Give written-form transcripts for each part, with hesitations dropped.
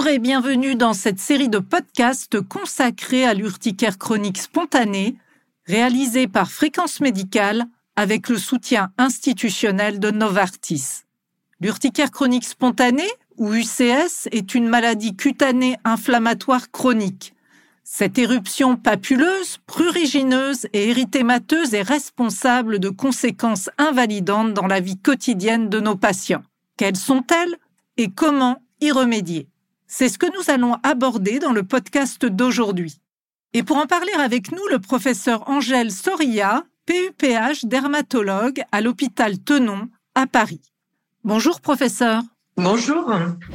et bienvenue dans cette série de podcasts consacrée à l'urticaire chronique spontanée, réalisée par Fréquence Médicale avec le soutien institutionnel de Novartis. L'urticaire chronique spontanée, ou UCS, est une maladie cutanée inflammatoire chronique. Cette éruption papuleuse, prurigineuse et érythémateuse est responsable de conséquences invalidantes dans la vie quotidienne de nos patients. Quelles sont-elles et comment y remédier? C'est ce que nous allons aborder dans le podcast d'aujourd'hui. Et pour en parler avec nous, le professeur Angèle Soria, PUPH dermatologue à l'hôpital Tenon à Paris. Bonjour professeur. Bonjour.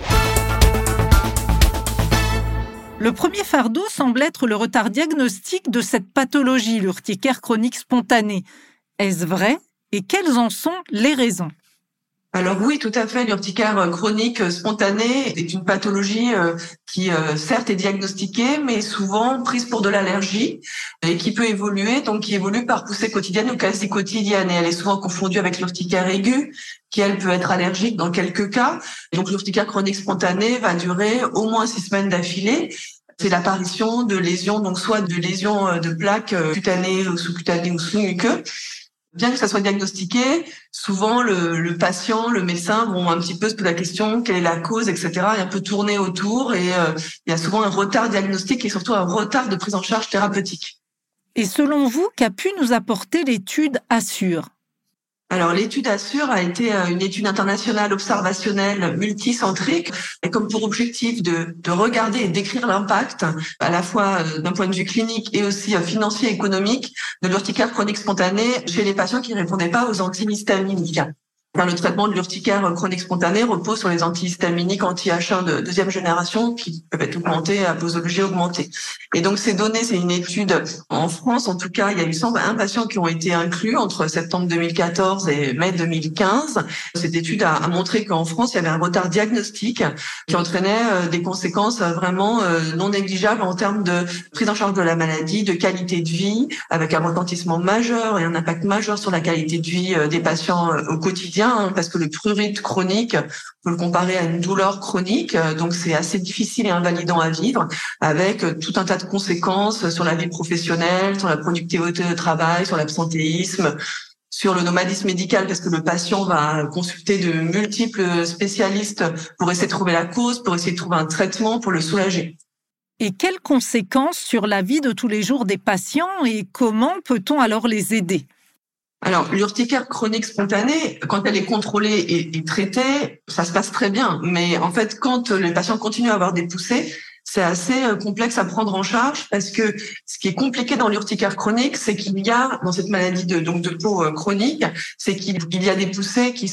Le premier fardeau semble être le retard diagnostique de cette pathologie, l'urticaire chronique spontanée. Est-ce vrai et quelles en sont les raisons? Alors oui, tout à fait. L'urticaire chronique spontanée est une pathologie qui certes est diagnostiquée, mais souvent prise pour de l'allergie et qui peut évoluer, donc qui évolue par poussée quotidienne ou quasi quotidienne. Et elle est souvent confondue avec l'urticaire aigu, qui elle peut être allergique dans quelques cas. Et donc l'urticaire chronique spontanée va durer au moins 6 semaines d'affilée. C'est l'apparition de lésions, donc soit de lésions de plaques cutanées ou sous-cutanées ou sous-muqueux. Bien que ça soit diagnostiqué, souvent le patient, le médecin vont un petit peu se poser la question, quelle est la cause, etc. Et un peu tourner autour et il y a souvent un retard diagnostique et surtout un retard de prise en charge thérapeutique. Et selon vous, qu'a pu nous apporter l'étude Assure? Alors, l'étude Assure a été une étude internationale observationnelle multicentrique et comme pour objectif de regarder et décrire l'impact à la fois d'un point de vue clinique et aussi financier et économique de l'urticaire chronique spontanée chez les patients qui ne répondaient pas aux antihistaminiques. Car le traitement de l'urticaire chronique spontanée repose sur les antihistaminiques anti-H1 de deuxième génération qui peuvent être augmentés à posologie augmentée. Et donc ces données, c'est une étude en France. En tout cas, il y a eu 101 patients qui ont été inclus entre septembre 2014 et mai 2015. Cette étude a montré qu'en France, il y avait un retard diagnostique qui entraînait des conséquences vraiment non négligeables en termes de prise en charge de la maladie, de qualité de vie, avec un retentissement majeur et un impact majeur sur la qualité de vie des patients au quotidien. Parce que le prurite chronique, on peut le comparer à une douleur chronique, donc c'est assez difficile et invalidant à vivre, avec tout un tas de conséquences sur la vie professionnelle, sur la productivité de travail, sur l'absentéisme, sur le nomadisme médical, parce que le patient va consulter de multiples spécialistes pour essayer de trouver la cause, pour essayer de trouver un traitement pour le soulager. Et quelles conséquences sur la vie de tous les jours des patients et comment peut-on alors les aider? Alors, l'urticaire chronique spontanée, quand elle est contrôlée et traitée, ça se passe très bien. Mais en fait, quand les patients continuent à avoir des poussées, c'est assez complexe à prendre en charge parce que ce qui est compliqué dans l'urticaire chronique, c'est qu'il y a, dans cette maladie de peau chronique, c'est qu'il y a des poussées qui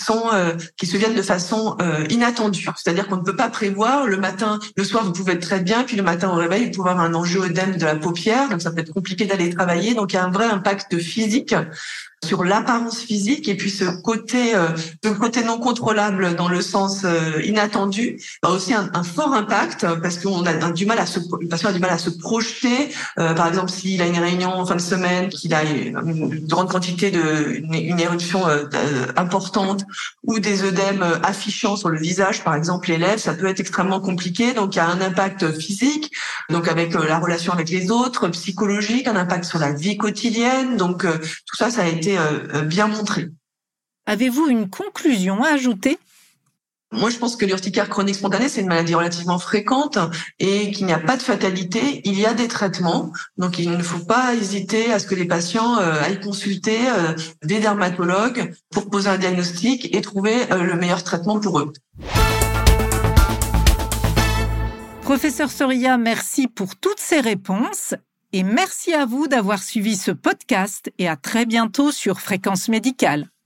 se viennent de façon inattendue. C'est-à-dire qu'on ne peut pas prévoir le matin, le soir, vous pouvez être très bien, puis le matin au réveil, vous pouvez avoir un angioœdème de la paupière, donc ça peut être compliqué d'aller travailler. Donc il y a un vrai impact physique sur l'apparence physique et puis ce côté non contrôlable dans le sens inattendu a aussi un fort impact parce qu'on a le patient a du mal à se projeter. Par exemple, s'il a une réunion en fin de semaine, qu'il a une grande quantité une éruption importante ou des œdèmes affichants sur le visage, par exemple les lèvres, ça peut être extrêmement compliqué. Donc il y a un impact physique, donc avec la relation avec les autres, psychologique, un impact sur la vie quotidienne. Donc tout ça a été bien montré. Avez-vous une conclusion à ajouter? Moi, je pense que l'urticaire chronique spontanée, c'est une maladie relativement fréquente et qu'il n'y a pas de fatalité. Il y a des traitements, donc il ne faut pas hésiter à ce que les patients aillent consulter des dermatologues pour poser un diagnostic et trouver le meilleur traitement pour eux. Professeur Soria, merci pour toutes ces réponses. Et merci à vous d'avoir suivi ce podcast et à très bientôt sur Fréquence Médicale.